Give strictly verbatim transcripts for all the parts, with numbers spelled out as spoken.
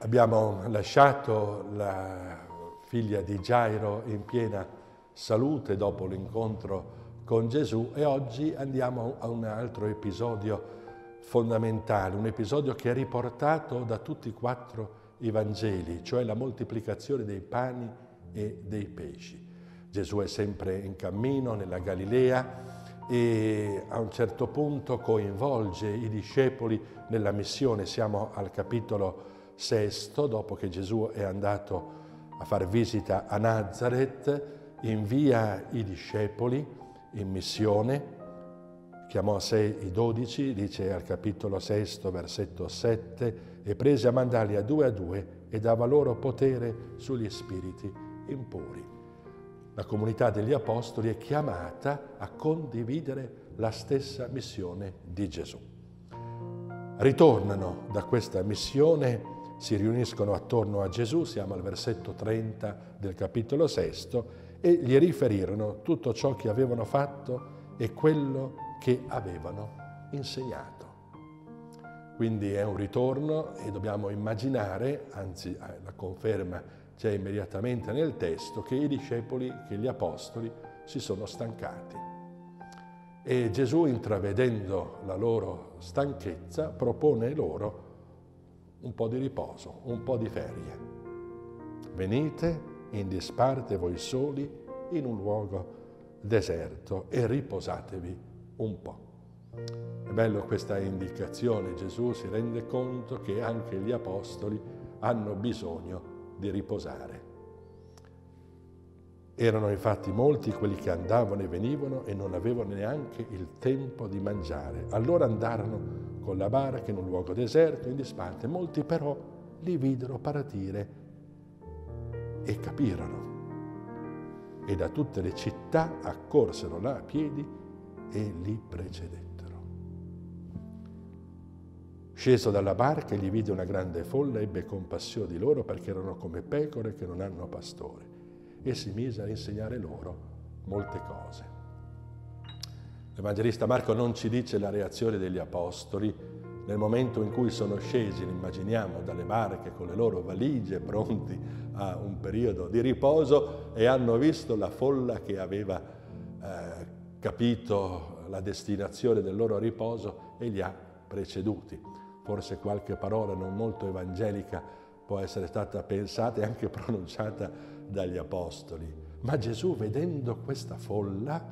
Abbiamo lasciato la figlia di Gairo in piena salute dopo l'incontro con Gesù e oggi andiamo a un altro episodio fondamentale, un episodio che è riportato da tutti e quattro i Vangeli, cioè la moltiplicazione dei pani e dei pesci. Gesù è sempre in cammino nella Galilea e a un certo punto coinvolge i discepoli nella missione. Siamo al capitolo sesto, dopo che Gesù è andato a far visita a Nazaret, invia i discepoli in missione, chiamò a sé i dodici, dice al capitolo sesto, versetto sette, e prese a mandarli a due a due e dava loro potere sugli spiriti impuri. La comunità degli apostoli è chiamata a condividere la stessa missione di Gesù. Ritornano da questa missione, si riuniscono attorno a Gesù, siamo al versetto trenta del capitolo sesto, e gli riferirono tutto ciò che avevano fatto e quello che avevano insegnato. Quindi è un ritorno e dobbiamo immaginare, anzi la conferma c'è immediatamente nel testo, che i discepoli, che gli apostoli si sono stancati. E Gesù, intravedendo la loro stanchezza, propone loro un po' di riposo, un po' di ferie. Venite in disparte voi soli in un luogo deserto e riposatevi un po'. È bello questa indicazione, Gesù si rende conto che anche gli apostoli hanno bisogno di riposare. Erano infatti molti quelli che andavano e venivano e non avevano neanche il tempo di mangiare. Allora andarono con la barca in un luogo deserto, in disparte. Molti però li videro partire e capirono. E da tutte le città accorsero là a piedi e li precedettero. Sceso dalla barca, gli vide una grande folla, ebbe compassione di loro perché erano come pecore che non hanno pastore, e si mise a insegnare loro molte cose. L'Evangelista Marco non ci dice la reazione degli apostoli nel momento in cui sono scesi, immaginiamo, dalle barche con le loro valigie pronti a un periodo di riposo e hanno visto la folla che aveva eh, capito la destinazione del loro riposo e li ha preceduti. Forse qualche parola non molto evangelica può essere stata pensata e anche pronunciata dagli apostoli. Ma Gesù, vedendo questa folla,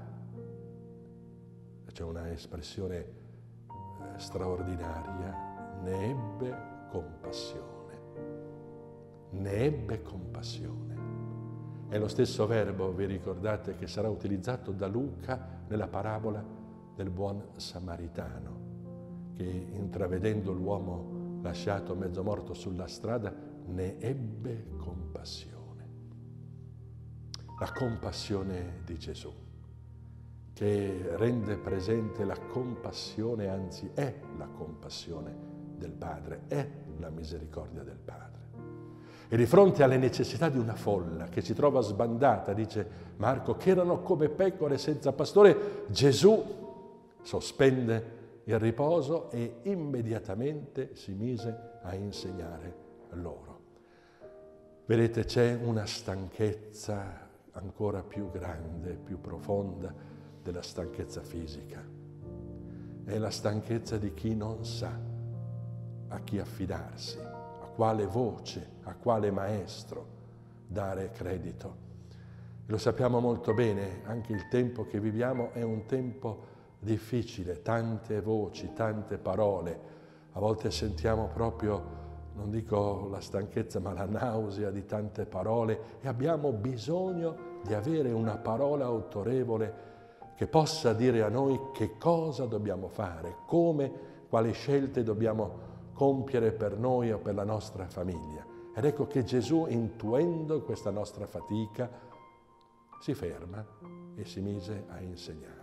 c'è una espressione eh, straordinaria, ne ebbe compassione. Ne ebbe compassione. È lo stesso verbo, vi ricordate, che sarà utilizzato da Luca nella parabola del buon samaritano, che intravedendo l'uomo lasciato mezzo morto sulla strada ne ebbe compassione. La compassione di Gesù, che rende presente la compassione, anzi è la compassione del Padre, è la misericordia del Padre. E di fronte alle necessità di una folla che si trova sbandata, dice Marco, che erano come pecore senza pastore, Gesù sospende il riposo e immediatamente si mise a insegnare loro. Vedete, c'è una stanchezza ancora più grande, più profonda della stanchezza fisica. È la stanchezza di chi non sa a chi affidarsi, a quale voce, a quale maestro dare credito. Lo sappiamo molto bene, anche il tempo che viviamo è un tempo difficile, tante voci, tante parole. A volte sentiamo proprio, non dico la stanchezza, ma la nausea di tante parole e abbiamo bisogno di avere una parola autorevole che possa dire a noi che cosa dobbiamo fare, come, quali scelte dobbiamo compiere per noi o per la nostra famiglia. Ed ecco che Gesù, intuendo questa nostra fatica, si ferma e si mise a insegnare.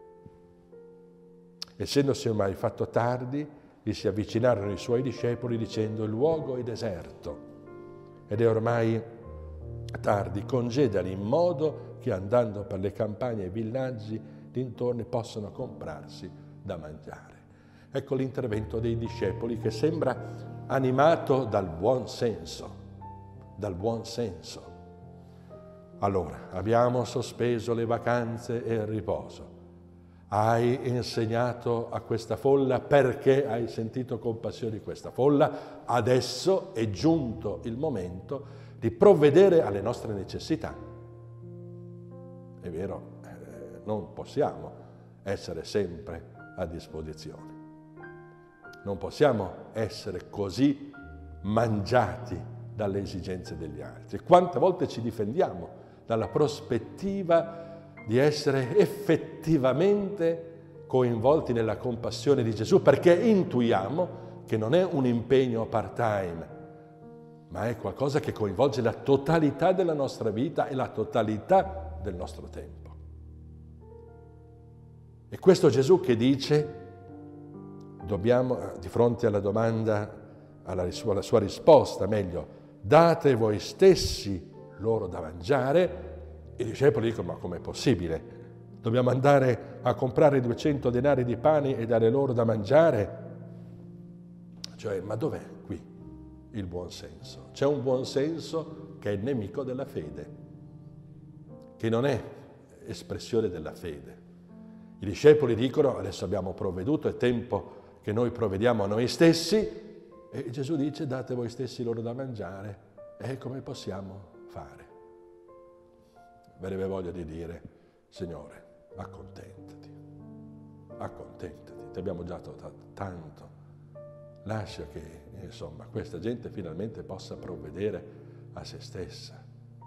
Essendosi ormai fatto tardi, gli si avvicinarono i suoi discepoli dicendo: il luogo è deserto ed è ormai tardi, congedali in modo che andando per le campagne e i villaggi dintorni possano comprarsi da mangiare. Ecco l'intervento dei discepoli che sembra animato dal buon senso, dal buon senso. Allora, abbiamo sospeso le vacanze e il riposo. Hai insegnato a questa folla perché hai sentito compassione di questa folla. Adesso è giunto il momento di provvedere alle nostre necessità. È vero, eh, non possiamo essere sempre a disposizione. Non possiamo essere così mangiati dalle esigenze degli altri. Quante volte ci difendiamo dalla prospettiva di essere effettivamente coinvolti nella compassione di Gesù, perché intuiamo che non è un impegno part-time, ma è qualcosa che coinvolge la totalità della nostra vita e la totalità del nostro tempo. E questo Gesù che dice, dobbiamo, di fronte alla domanda, alla sua, alla sua risposta, meglio, date voi stessi loro da mangiare, i discepoli dicono, ma com'è possibile? Dobbiamo andare a comprare duecento denari di pane e dare loro da mangiare? Cioè, ma dov'è qui il buon senso? C'è un buon senso che è il nemico della fede, che non è espressione della fede. I discepoli dicono, adesso abbiamo provveduto, è tempo che noi provvediamo a noi stessi, e Gesù dice, date voi stessi loro da mangiare. E come possiamo fare? Verrebbe voglia di dire, Signore, accontentati, accontentati, ti abbiamo già dato tanto, lascia che, insomma, questa gente finalmente possa provvedere a se stessa.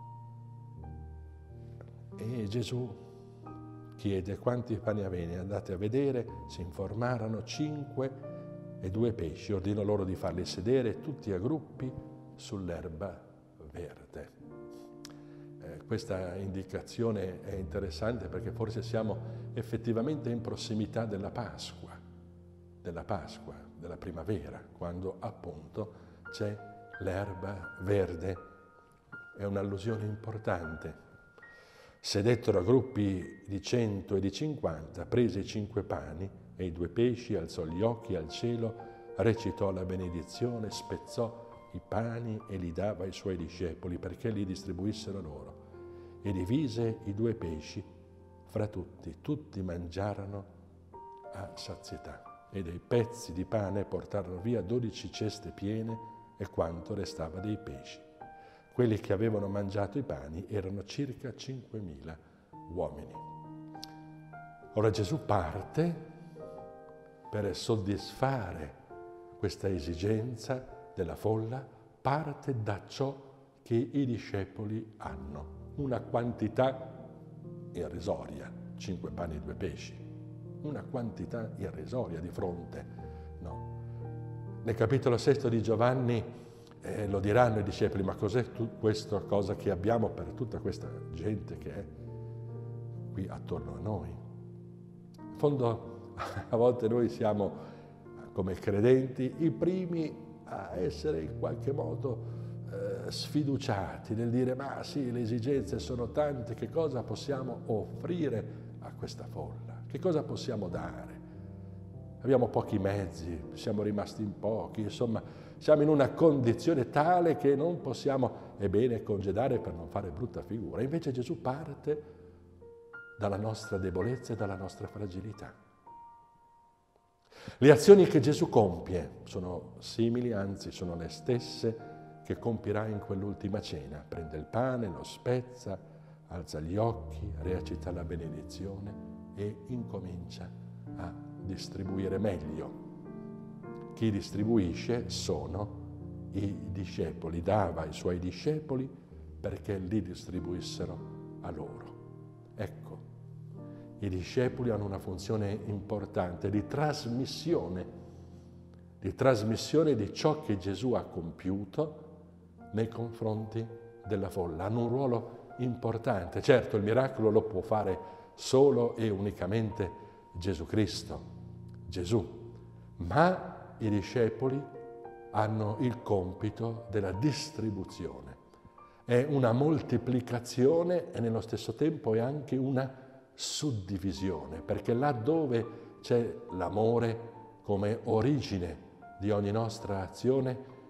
E Gesù chiede quanti pani avete, andate a vedere, si informarono, cinque e due pesci, ordinò loro di farli sedere tutti a gruppi sull'erba verde. Eh, questa indicazione è interessante perché forse siamo effettivamente in prossimità della Pasqua, della Pasqua, della primavera, quando appunto c'è l'erba verde. È un'allusione importante. Sedettero a gruppi di cento e di cinquanta, prese i cinque pani e i due pesci, alzò gli occhi al cielo, recitò la benedizione, spezzò i pani e li dava ai suoi discepoli perché li distribuissero loro, e divise i due pesci fra tutti. Tutti mangiarono a sazietà, e dei pezzi di pane portarono via dodici ceste piene e quanto restava dei pesci. Quelli che avevano mangiato i pani erano circa cinquemila uomini. Ora Gesù parte per soddisfare questa esigenza della folla, parte da ciò che i discepoli hanno, una quantità irrisoria, cinque pani e due pesci, una quantità irrisoria di fronte, no. Nel capitolo sesto di Giovanni Eh, lo diranno i discepoli, ma cos'è questa cosa che abbiamo per tutta questa gente che è qui attorno a noi? In fondo, a volte noi siamo, come credenti, i primi a essere in qualche modo eh, sfiduciati nel dire, ma sì, le esigenze sono tante, che cosa possiamo offrire a questa folla? Che cosa possiamo dare? Abbiamo pochi mezzi, siamo rimasti in pochi, insomma, siamo in una condizione tale che non possiamo, è bene, congedare per non fare brutta figura. Invece Gesù parte dalla nostra debolezza e dalla nostra fragilità. Le azioni che Gesù compie sono simili, anzi sono le stesse che compirà in quell'ultima cena. Prende il pane, lo spezza, alza gli occhi, recita la benedizione e incomincia a distribuire meglio. Chi distribuisce sono i discepoli, dava ai suoi discepoli perché li distribuissero a loro. Ecco, i discepoli hanno una funzione importante di trasmissione, di trasmissione di ciò che Gesù ha compiuto nei confronti della folla. Hanno un ruolo importante. Certo, il miracolo lo può fare solo e unicamente Gesù Cristo, Gesù, ma i discepoli hanno il compito della distribuzione. È una moltiplicazione e nello stesso tempo è anche una suddivisione, perché là dove c'è l'amore come origine di ogni nostra azione,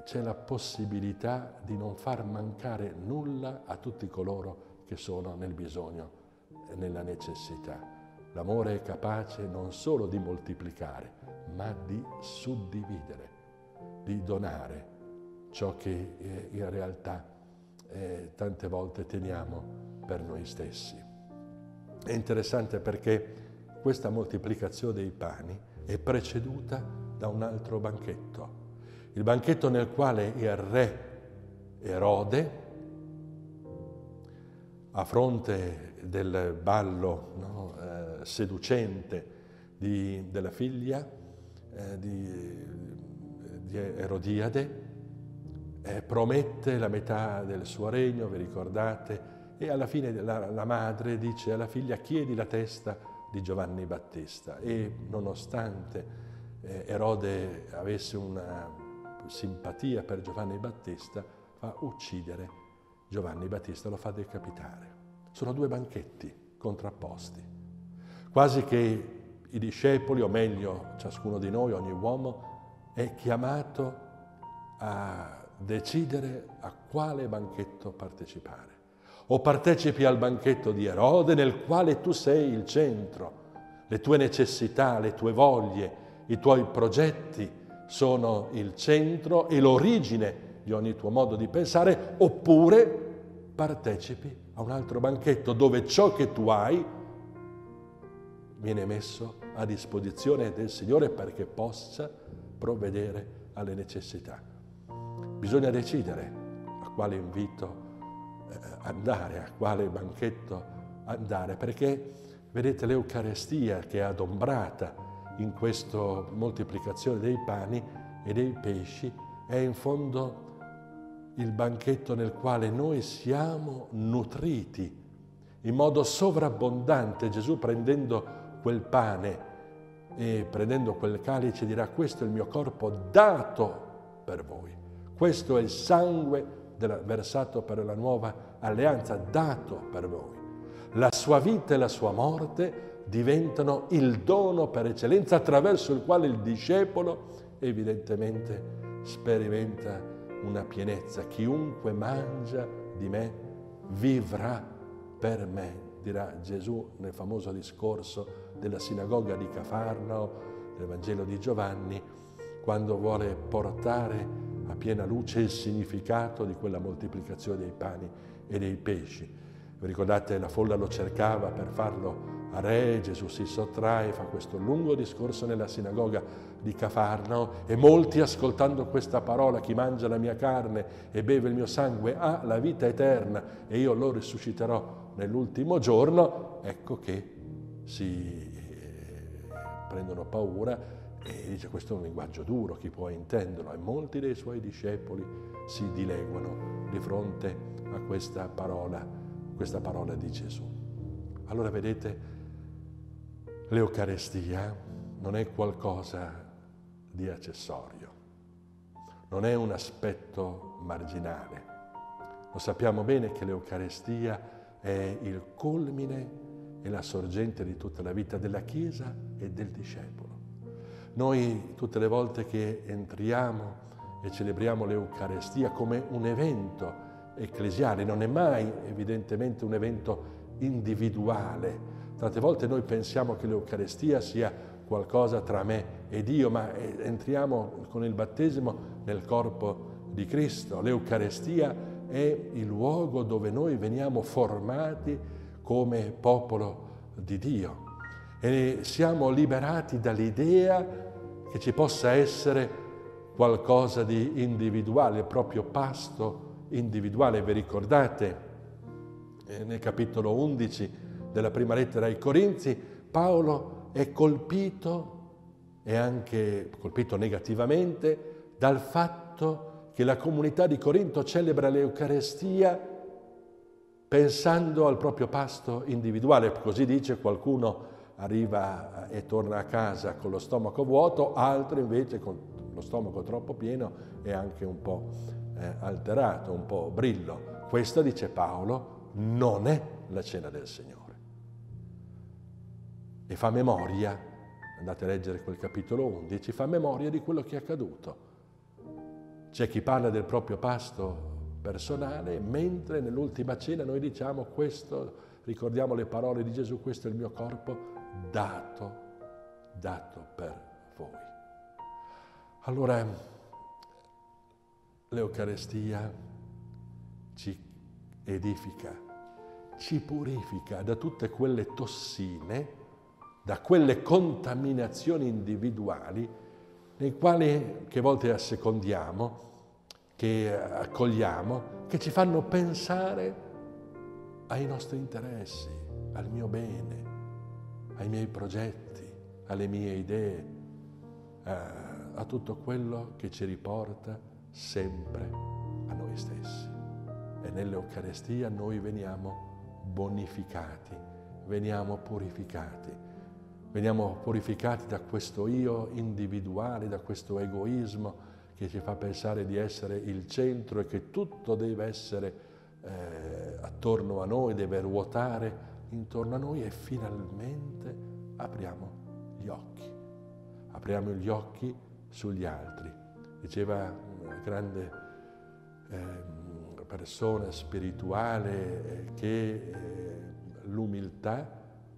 c'è la possibilità di non far mancare nulla a tutti coloro che sono nel bisogno e nella necessità. L'amore è capace non solo di moltiplicare, ma di suddividere, di donare ciò che eh, in realtà eh, tante volte teniamo per noi stessi. È interessante perché questa moltiplicazione dei pani è preceduta da un altro banchetto, il banchetto nel quale il re Erode, a fronte del ballo no, eh, seducente di, della figlia eh, di, di Erodiade, eh, promette la metà del suo regno, vi ricordate, e alla fine la, la madre dice alla figlia: chiedi la testa di Giovanni Battista. E nonostante eh, Erode avesse una simpatia per Giovanni Battista, fa uccidere Giovanni Battista, lo fa decapitare. Sono due banchetti contrapposti, quasi che i discepoli, o meglio ciascuno di noi, ogni uomo, è chiamato a decidere a quale banchetto partecipare. O partecipi al banchetto di Erode, nel quale tu sei il centro, le tue necessità, le tue voglie, i tuoi progetti sono il centro e l'origine di ogni tuo modo di pensare, oppure partecipi a un altro banchetto dove ciò che tu hai viene messo a disposizione del Signore perché possa provvedere alle necessità. Bisogna decidere a quale invito andare, a quale banchetto andare, perché vedete l'Eucarestia che è adombrata in questa moltiplicazione dei pani e dei pesci è in fondo il banchetto nel quale noi siamo nutriti in modo sovrabbondante. Gesù, prendendo quel pane e prendendo quel calice, dirà: questo è il mio corpo dato per voi, questo è il sangue della, versato per la nuova alleanza, dato per voi. La sua vita e la sua morte diventano il dono per eccellenza attraverso il quale il discepolo evidentemente sperimenta una pienezza. Chiunque mangia di me vivrà per me, dirà Gesù nel famoso discorso della sinagoga di Cafarnao, nel Vangelo di Giovanni, quando vuole portare a piena luce il significato di quella moltiplicazione dei pani e dei pesci. Vi ricordate, la folla lo cercava per farlo a re, Gesù si sottrae, fa questo lungo discorso nella sinagoga di Cafarnao e molti, ascoltando questa parola: chi mangia la mia carne e beve il mio sangue ha la vita eterna e io lo risusciterò nell'ultimo giorno, ecco che si prendono paura e dice: questo è un linguaggio duro, chi può intenderlo? E molti dei suoi discepoli si dileguano di fronte a questa parola, questa parola di Gesù. Allora vedete, l'Eucarestia non è qualcosa di accessorio, non è un aspetto marginale. Lo sappiamo bene che l'Eucarestia è il culmine e la sorgente di tutta la vita della Chiesa e del discepolo. Noi tutte le volte che entriamo e celebriamo l'Eucarestia come un evento ecclesiale, non è mai evidentemente un evento individuale. Tante volte noi pensiamo che l'Eucarestia sia qualcosa tra me e Dio, ma entriamo con il battesimo nel corpo di Cristo. L'Eucarestia è il luogo dove noi veniamo formati come popolo di Dio e siamo liberati dall'idea che ci possa essere qualcosa di individuale, il proprio pasto individuale. Vi ricordate eh, nel capitolo undici della prima lettera ai Corinzi, Paolo è colpito, e anche colpito negativamente, dal fatto che la comunità di Corinto celebra l'Eucarestia pensando al proprio pasto individuale. Così dice: qualcuno arriva e torna a casa con lo stomaco vuoto, altro invece con lo stomaco troppo pieno e anche un po' eh, alterato, un po' brillo. Questa, dice Paolo, non è la cena del Signore. E fa memoria, andate a leggere quel capitolo undici, fa memoria di quello che è accaduto. C'è chi parla del proprio pasto personale, mentre nell'ultima cena noi diciamo questo, ricordiamo le parole di Gesù, questo è il mio corpo dato, dato per voi. Allora, l'Eucarestia ci edifica, ci purifica da tutte quelle tossine, da quelle contaminazioni individuali nei quali che a volte assecondiamo, che accogliamo, che ci fanno pensare ai nostri interessi, al mio bene, ai miei progetti, alle mie idee, a, a tutto quello che ci riporta sempre a noi stessi. E nell'Eucarestia noi veniamo bonificati, veniamo purificati, veniamo purificati da questo io individuale, da questo egoismo che ci fa pensare di essere il centro e che tutto deve essere eh, attorno a noi, deve ruotare intorno a noi, e finalmente apriamo gli occhi. Apriamo gli occhi sugli altri. Diceva una grande eh, persona spirituale eh, che eh, l'umiltà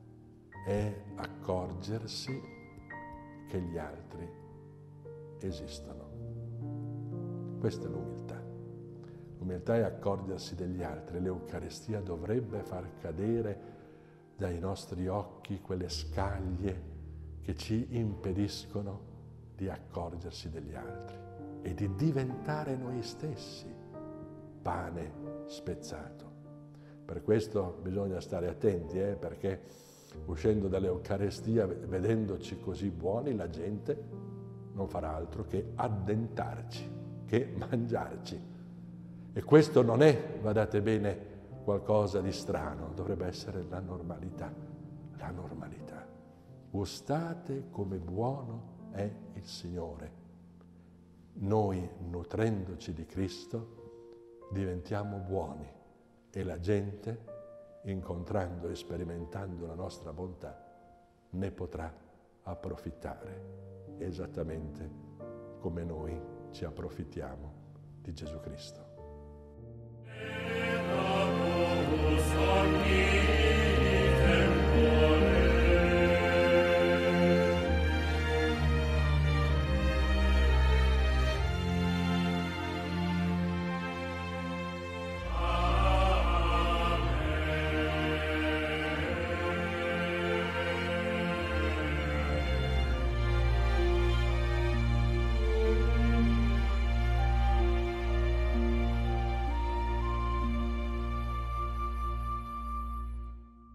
è accorgersi che gli altri esistono. Questa è l'umiltà. L'umiltà è accorgersi degli altri. L'Eucarestia dovrebbe far cadere dai nostri occhi quelle scaglie che ci impediscono di accorgersi degli altri e di diventare noi stessi pane spezzato. Per questo bisogna stare attenti, eh, perché uscendo dall'Eucarestia, vedendoci così buoni, la gente non farà altro che addentarci, che mangiarci. E questo non è, badate bene, qualcosa di strano, dovrebbe essere la normalità, la normalità. Gustate come buono è il Signore. Noi, nutrendoci di Cristo, diventiamo buoni e la gente, incontrando e sperimentando la nostra bontà, ne potrà approfittare esattamente come noi ci approfittiamo di Gesù Cristo.